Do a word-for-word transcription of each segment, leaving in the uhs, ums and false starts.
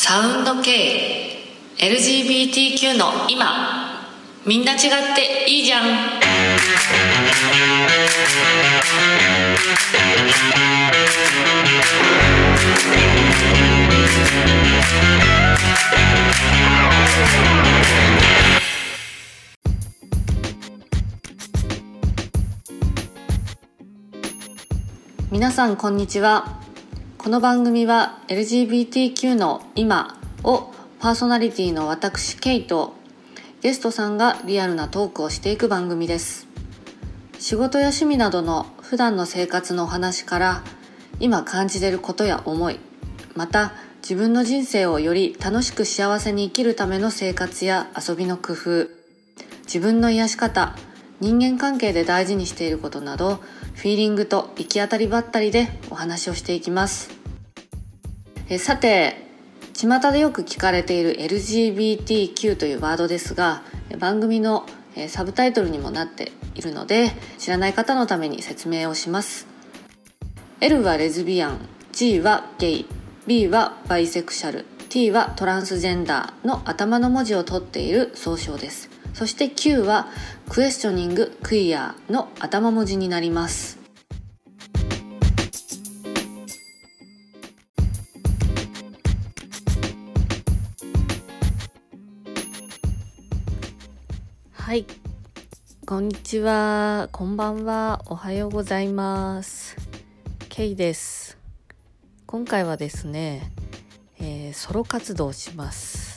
サウンド系 エルジービーティーキュー の今、みんな違っていいじゃん。皆さんこんにちは。この番組は エルジービーティーキュー の今をパーソナリティの私ケイとゲストさんがリアルなトークをしていく番組です。仕事や趣味などの普段の生活のお話から今感じていることや思い、また自分の人生をより楽しく幸せに生きるための生活や遊びの工夫、自分の癒し方、人間関係で大事にしていることなど、フィーリングと行き当たりばったりでお話をしていきます。えさて、巷でよく聞かれている エルジービーティーキュー というワードですが、番組のサブタイトルにもなっているので、知らない方のために説明をします。L はレズビアン、G はゲイ、B はバイセクシャル、T はトランスジェンダーの頭の文字を取っている総称です。そして Q はクエスチョニング、クイアの頭文字になります。はい、こんにちは、こんばんは、おはようございます。ケイです。今回はですね、えー、ソロ活動をします。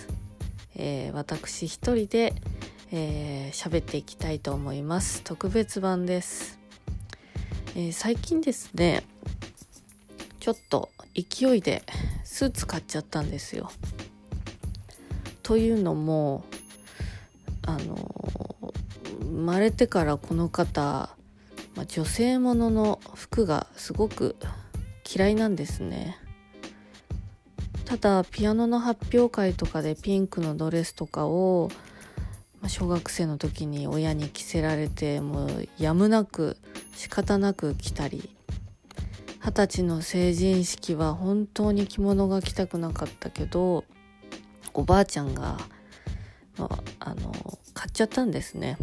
えー、私一人でえー、喋っていきたいと思います。特別版です。えー、最近ですね、ちょっと勢いでスーツ買っちゃったんですよ。というのも、あの生まれてからこの方、まあ、女性ものの服がすごく嫌いなんですね。ただピアノの発表会とかでピンクのドレスとかを小学生の時に親に着せられて、もうやむなく仕方なく着たり、二十歳の成人式は本当に着物が着たくなかったけど、おばあちゃんが、まあ、あの買っちゃったんですね。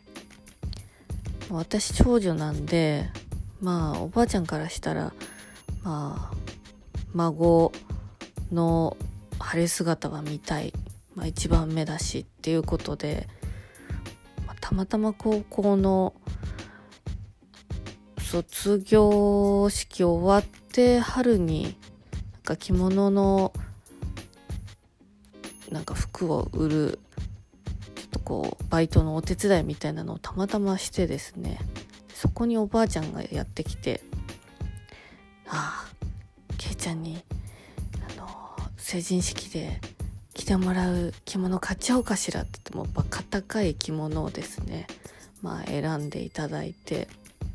私長女なんで、まあおばあちゃんからしたら、まあ孫の晴れ姿は見たい、まあ、一番目だしっていうことで、まあ、たまたま高校の卒業式終わって春になんか着物のなんか服を売るちょっとこうバイトのお手伝いみたいなのをたまたましてですね、そこにおばあちゃんがやってきて、ああケイちゃんにあの成人式で着てもらう着物買っちゃおうかしらって言っても、バカ高い着物をですね、まあ選んでいただいて、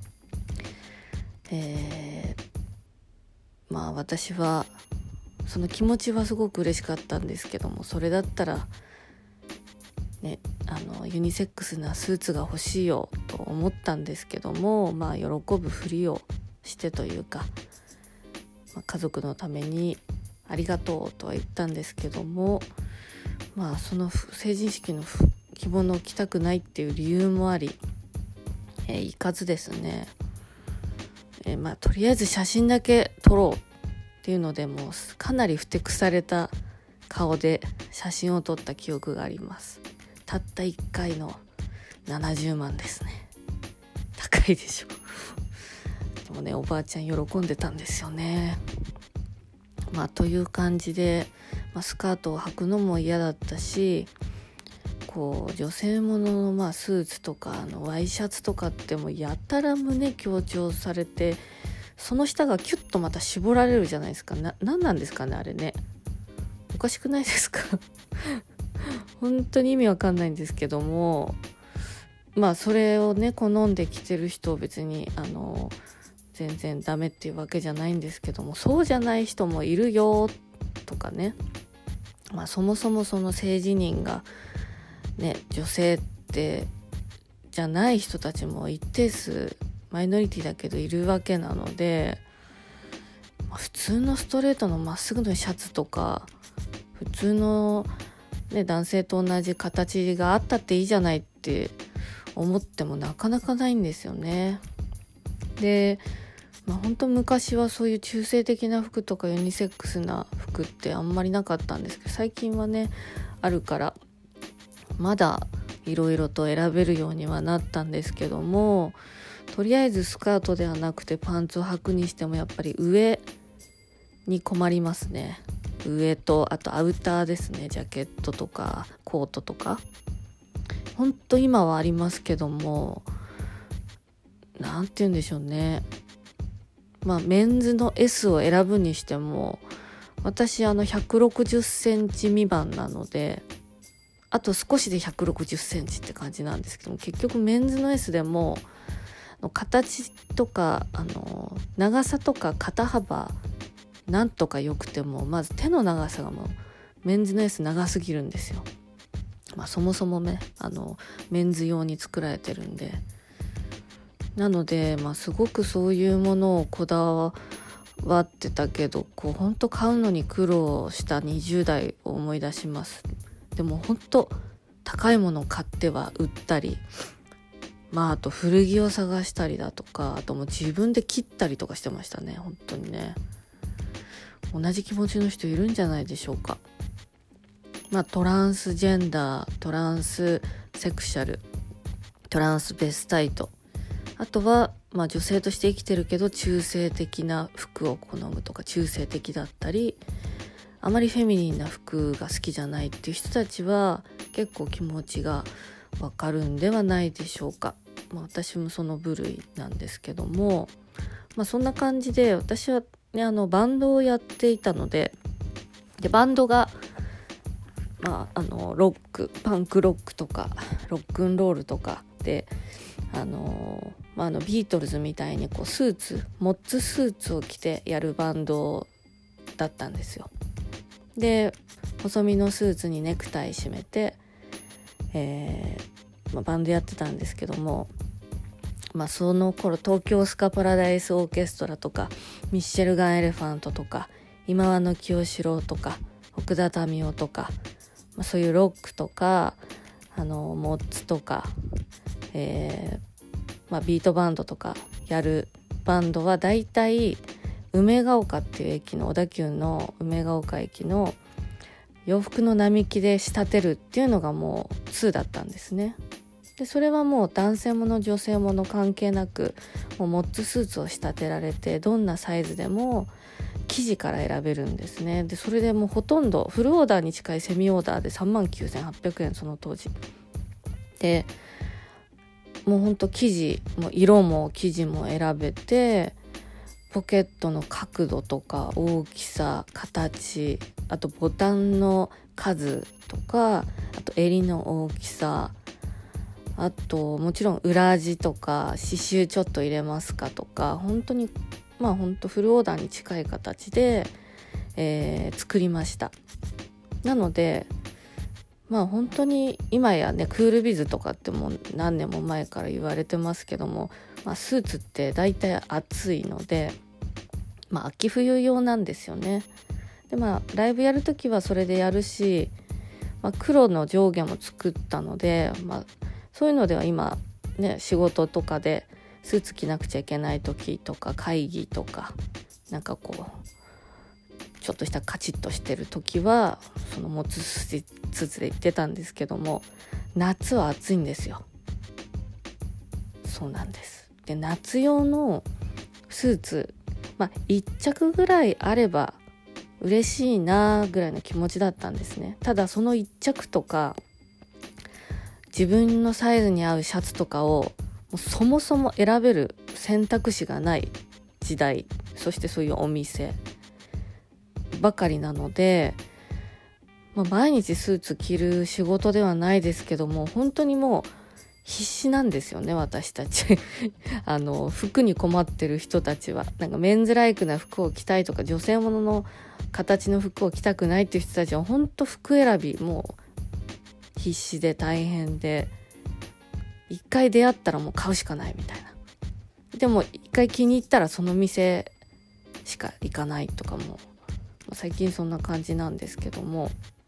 えー、まあ私はその気持ちはすごく嬉しかったんですけども、それだったらね、あのユニセックスなスーツが欲しいよと思ったんですけども、まあ喜ぶふりをしてというか、まあ、家族のためにありがとうとは言ったんですけども、まあその成人式の着物を着たくないっていう理由もあり、えー、行かずですね、えー、まあとりあえず写真だけ撮ろうっていうので、もうかなりふてくされた顔で写真を撮った記憶があります。たったいっかいのななじゅうまんですね。高いでしょ。でもね、おばあちゃん喜んでたんですよね。まあという感じで、まあ、スカートを履くのも嫌だったし、こう女性もののまあスーツとかあのワイシャツとかってもうやたら胸強調されて、その下がキュッとまた絞られるじゃないですか。な、なんなんですかねあれね。おかしくないですか本当に意味わかんないんですけども、まあそれをね好んで着てる人を別にあの全然ダメっていうわけじゃないんですけども、そうじゃない人もいるよとかね、まあそもそもその性自認がね女性ってじゃない人たちも一定数マイノリティだけどいるわけなので、まあ、普通のストレートのまっすぐのシャツとか普通の、ね、男性と同じ形があったっていいじゃないって思ってもなかなかないんですよね。で、まあ、本当昔はそういう中性的な服とかユニセックスな服ってあんまりなかったんですけど、最近はねあるからまだいろいろと選べるようにはなったんですけども、とりあえずスカートではなくてパンツを履くにしてもやっぱり上に困りますね。上とあとアウターですね。ジャケットとかコートとかほんと今はありますけども、なんて言うんでしょうね、まあメンズの エス を選ぶにしても私あのひゃくろくじゅっセンチ未満なので、あと少しでひゃくろくじゅっセンチって感じなんですけども、結局メンズの エス でも形とかあの長さとか肩幅なんとか良くても、まず手の長さがもうメンズの エス 長すぎるんですよ。まあそもそもねあのメンズ用に作られてるんで、なのでまあすごくそういうものをこだわってたけど、こう本当買うのに苦労したにじゅう代を思い出します。でも本当高いものを買っては売ったり、まああと古着を探したりだとか、あともう自分で切ったりとかしてましたね。本当にね、同じ気持ちの人いるんじゃないでしょうか。まあトランスジェンダー、トランスセクシャル、トランスベスタイト、あとはまあ女性として生きてるけど中性的な服を好むとか、中性的だったりあまりフェミニンな服が好きじゃないっていう人たちは結構気持ちがわかるんではないでしょうか。まあ、私もその部類なんですけども、まあ、そんな感じで私は、ね、あのバンドをやっていたので、でバンドが、まあ、あのロックパンクロックとかロックンロールとかであの、まあ、あのビートルズみたいにこうスーツモッツスーツを着てやるバンドだったんですよ。で細身のスーツにネクタイ締めて、えーまあ、バンドやってたんですけども、まあ、その頃東京スカパラダイスオーケストラとかミッシェルガン・エレファントとか今和の清志郎とか奥田民生とか、まあ、そういうロックとかあのモッツとか、えーまあ、ビートバンドとかやるバンドはだいたい梅ヶ丘っていう駅の小田急の梅ヶ丘駅の洋服の並木で仕立てるっていうのがもう通だったんですね。でそれはもう男性もの女性もの関係なくもうモッツスーツを仕立てられて、どんなサイズでも生地から選べるんですね。でそれでもうほとんどフルオーダーに近いセミオーダーでさんまんきゅうせんはっぴゃくえん、その当時で、もうほんと生地も色も生地も選べて、ポケットの角度とか大きさ形、あとボタンの数とか、あと襟の大きさ、あともちろん裏地とか刺繍ちょっと入れますかとか、本当にまあ本当フルオーダーに近い形で、えー、作りました。なのでまあ本当に今やねクールビズとかってもう何年も前から言われてますけども、まあ、スーツって大体暑いので、まあ、秋冬用なんですよね。でまあライブやるときはそれでやるし、まあ、黒の上下も作ったので、まあ、そういうのでは今ね仕事とかでスーツ着なくちゃいけない時とか会議とかなんかこうちょっとしたカチッとしてる時はそのモッツスーツで行ってたんですけども、夏は暑いんですよ。そうなんです。で夏用のスーツ、まあいっ着ぐらいあれば嬉しいなぐらいの気持ちだったんですね。ただそのいっ着とか自分のサイズに合うシャツとかをもうそもそも選べる選択肢がない時代、そしてそういうお店ばかりなので、まあ、毎日スーツ着る仕事ではないですけども、本当にもう必死なんですよね、私たちあの服に困ってる人たちは。なんかメンズライクな服を着たいとか女性ものの形の服を着たくないっていう人たちは本当服選びもう必死で大変で、一回出会ったらもう買うしかないみたいな。でも一回気に入ったらその店しか行かないとかも最近そんな感じなんですけども、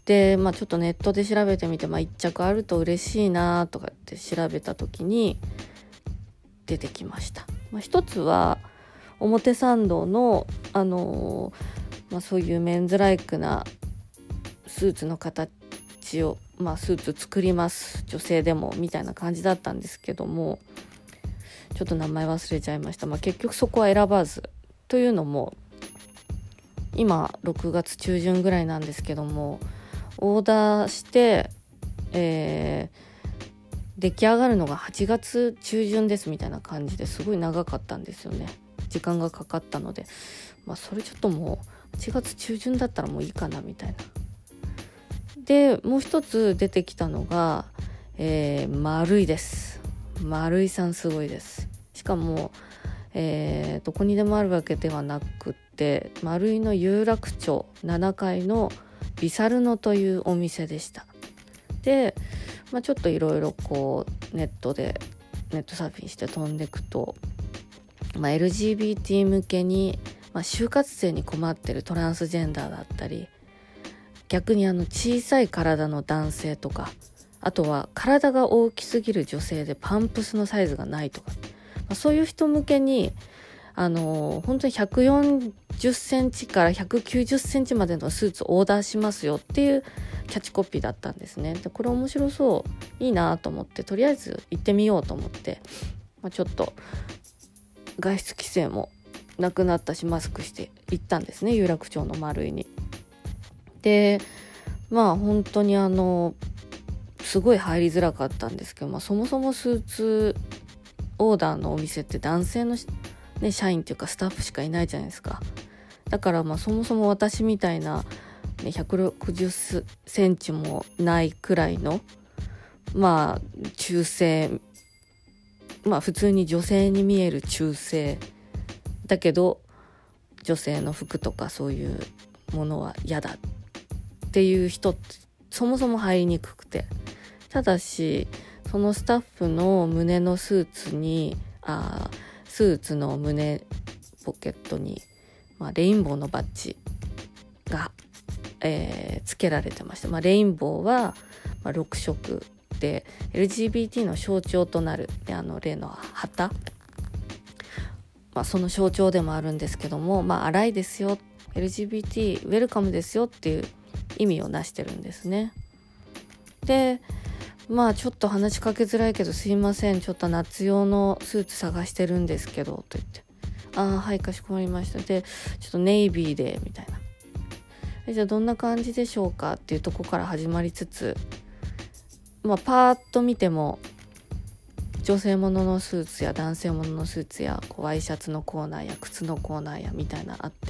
で、まあ、ちょっとネットで調べてみて、まあ、いっ着あると嬉しいなとかって調べた時に出てきました。まあ、一つは表参道の、あのーまあ、そういうメンズライクなスーツの形を、まあ、スーツ作ります女性でもみたいな感じだったんですけども、ちょっと名前忘れちゃいました。まあ、結局そこは選ばず、というのも今ろくがつ中旬ぐらいなんですけども、オーダーして、えー、出来上がるのがはちがつ中旬ですみたいな感じですごい長かったんですよね。時間がかかったので、まあ、それちょっともうはちがつ中旬だったらもういいかなみたいな。でもう一つ出てきたのが、えー、丸いです。丸井さんすごいです。しかも、えー、どこにでもあるわけではなくって丸井の有楽町ななかいのビサルノというお店でした。で、まあ、ちょっといろいろこうネットでネットサーフィンして飛んでくと、まあ、エルジービーティー 向けに、まあ、就活生に困ってるトランスジェンダーだったり、逆にあの小さい体の男性とか、あとは体が大きすぎる女性でパンプスのサイズがないとか、まあ、そういう人向けにあのー、本当にひゃくよんじゅっセンチからひゃくきゅうじゅっセンチまでのスーツをオーダーしますよっていうキャッチコピーだったんですね。でこれ面白そういいなと思って、とりあえず行ってみようと思って、まあ、ちょっと外出規制もなくなったしマスクして行ったんですね、有楽町の丸井に。でまあ本当にあのすごい入りづらかったんですけど、まあ、そもそもスーツオーダーのお店って男性の、ね、社員っていうかスタッフしかいないじゃないですか。だからまあそもそも私みたいな、ね、ひゃくろくじゅっセンチもないくらいのまあ中性、まあ普通に女性に見える中性だけど女性の服とかそういうものは嫌だっていう人ってそもそも入りにくくて、ただしそのスタッフの胸のスーツにあスーツの胸ポケットに、まあ、レインボーのバッジが、えー、つけられてました。まあ、レインボーは、まあ、ろくしょくで エルジービーティー の象徴となる、ね、あの例の旗、まあ、その象徴でもあるんですけども、まあ、荒いですよ エルジービーティー ウェルカムですよっていう意味をなしてるんですね。でまあちょっと話しかけづらいけどすいません、ちょっと夏用のスーツ探してるんですけどと言って、ああはいかしこまりました、でちょっとネイビーでみたいな、えじゃあどんな感じでしょうかっていうとこから始まりつつ、まあパーッと見ても女性もののスーツや男性もののスーツやこうワイシャツのコーナーや靴のコーナーやみたいなあって、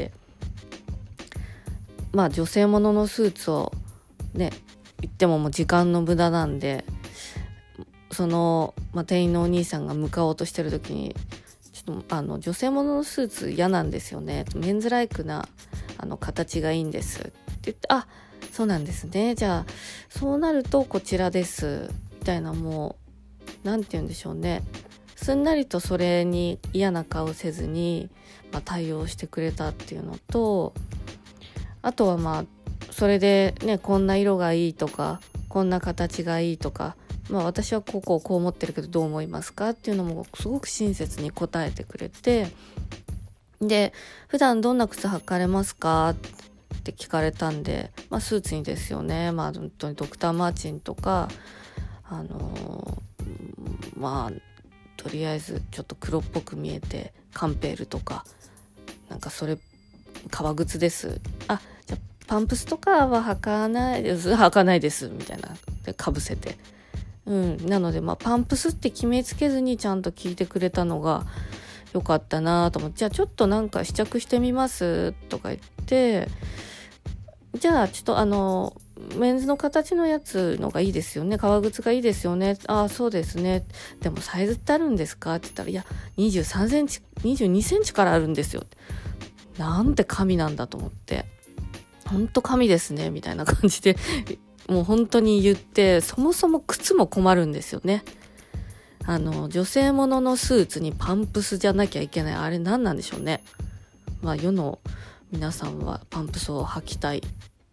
まあ女性もののスーツをね言ってももう時間の無駄なんで、その、まあ、店員のお兄さんが向かおうとしてる時にちょっとあの女性もののスーツ嫌なんですよね、メンズライクなあの形がいいんですって言って、あそうなんですね、じゃあそうなるとこちらですみたいな、もうなんて言うんでしょうね、すんなりとそれに嫌な顔せずに、まあ、対応してくれたっていうのと、あとはまあそれでねこんな色がいいとかこんな形がいいとか、まあ私はこうこうこう思ってるけどどう思いますかっていうのもすごく親切に答えてくれて、で普段どんな靴履かれますかって聞かれたんで、まあスーツにですよね、まあ本当にドクターマーチンとかあのー、まあとりあえずちょっと黒っぽく見えてカンペールとかなんかそれ革靴です、あじゃあパンプスとかは履かないです履かないですみたいなでかぶせて、うん、なのでまあパンプスって決めつけずにちゃんと聞いてくれたのが良かったなと思って、じゃあちょっとなんか試着してみますとか言って、じゃあちょっとあのメンズの形のやつのがいいですよね、革靴がいいですよね、ああそうですね、でもサイズってあるんですかって言ったら、いやにじゅうさんセンチにじゅうにセンチからあるんですよ、なんて神なんだと思って、本当神ですねみたいな感じでもう本当に言って、そもそも靴も困るんですよね。あの女性もののスーツにパンプスじゃなきゃいけない、あれ何なんでしょうね。まあ世の皆さんはパンプスを履きたい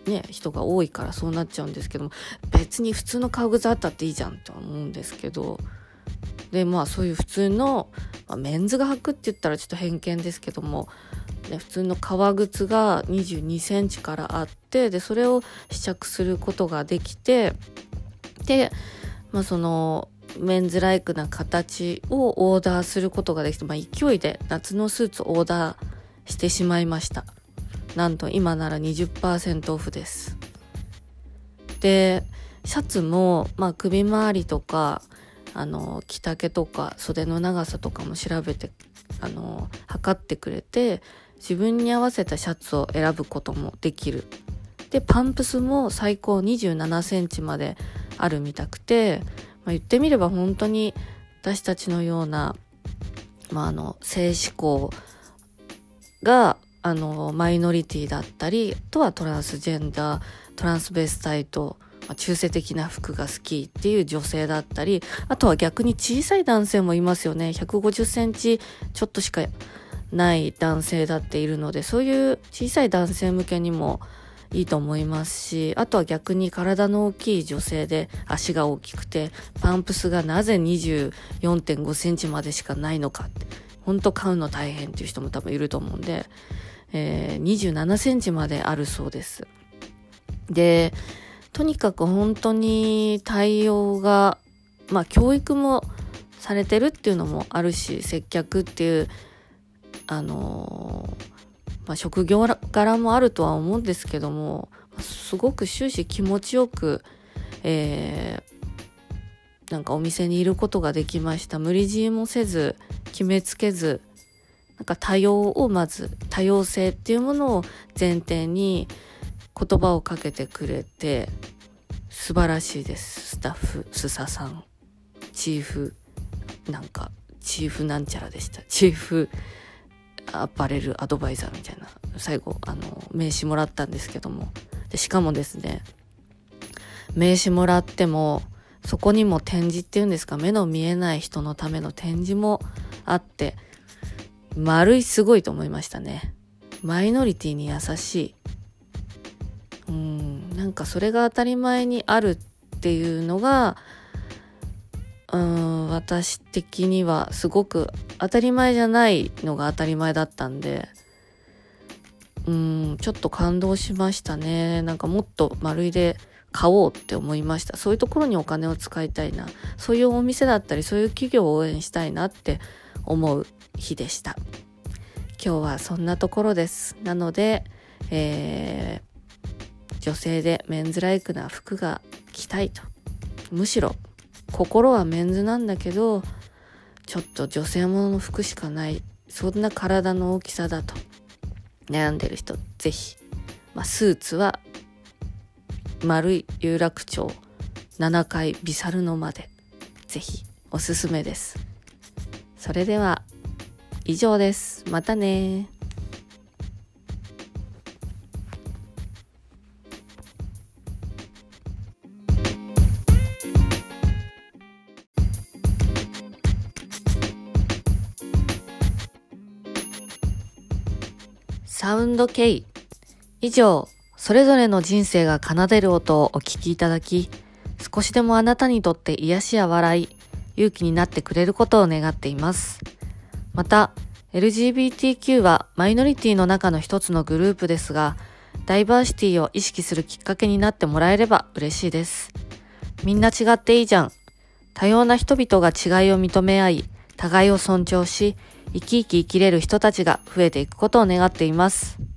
ね人が多いからそうなっちゃうんですけども、別に普通の革靴あったっていいじゃんとは思うんですけど、でまあそういう普通の、まあ、メンズが履くって言ったらちょっと偏見ですけども、ね、普通の革靴がにじゅうにセンチからあって、でそれを試着することができて、で、まあ、そのメンズライクな形をオーダーすることができて、まあ、勢いで夏のスーツをオーダーしてしまいました。なんと今なら にじゅっパーセント オフです。でシャツも、まあ、首周りとかあの着丈とか袖の長さとかも調べてあの測ってくれて、自分に合わせたシャツを選ぶこともできる。でパンプスも最高にじゅうななセンチまであるみたくて、まあ、言ってみれば本当に私たちのような、まあ、あの性思考があのマイノリティだったり、あとはトランスジェンダー、トランスベスタイト、まあ、中性的な服が好きっていう女性だったり、あとは逆に小さい男性もいますよね。ひゃくごじゅっセンチちょっとしかない男性だっているので、そういう小さい男性向けにもいいと思いますし、あとは逆に体の大きい女性で足が大きくてパンプスがなぜ にじゅうよんてんごセンチまでしかないのかって、本当買うの大変っていう人も多分いると思うんで、えー、にじゅうななセンチまであるそうです。でとにかく本当に対応が、まあ教育もされてるっていうのもあるし、接客っていうあのーまあ、職業柄もあるとは思うんですけども、すごく終始気持ちよく、えー、なんかお店にいることができました。無理強いもせず、決めつけず、なんか多様をまず多様性っていうものを前提に言葉をかけてくれて素晴らしいです。スタッフスサさん、チーフなんかチーフなんちゃらでした。チーフアパレルアドバイザーみたいな、最後あの名刺もらったんですけども、でしかもですね、名刺もらってもそこにも展示っていうんですか、目の見えない人のための展示もあって、丸いすごいと思いましたね。マイノリティに優しい。うーんなんかそれが当たり前にあるっていうのが、うーん私的にはすごく当たり前じゃないのが当たり前だったんで、うーんちょっと感動しましたね。なんかもっと丸いで買おうって思いました。そういうところにお金を使いたいな、そういうお店だったりそういう企業を応援したいなって思う日でした。今日はそんなところです。なので、えー、女性でメンズライクな服が着たいと、むしろ心はメンズなんだけどちょっと女性ものの服しかない、そんな体の大きさだと悩んでる人、ぜひ、まあ、スーツは丸い有楽町ななかいビサルノまでぜひおすすめです。それでは以上です。またね。サウンド K。 以上、それぞれの人生が奏でる音をお聞きいただき、少しでもあなたにとって癒しや笑い、勇気になってくれることを願っています。また、エルジービーティーキュー はマイノリティの中の一つのグループですが、ダイバーシティを意識するきっかけになってもらえれば嬉しいです。みんな違っていいじゃん。多様な人々が違いを認め合い、互いを尊重し、生き生き生きれる人たちが増えていくことを願っています。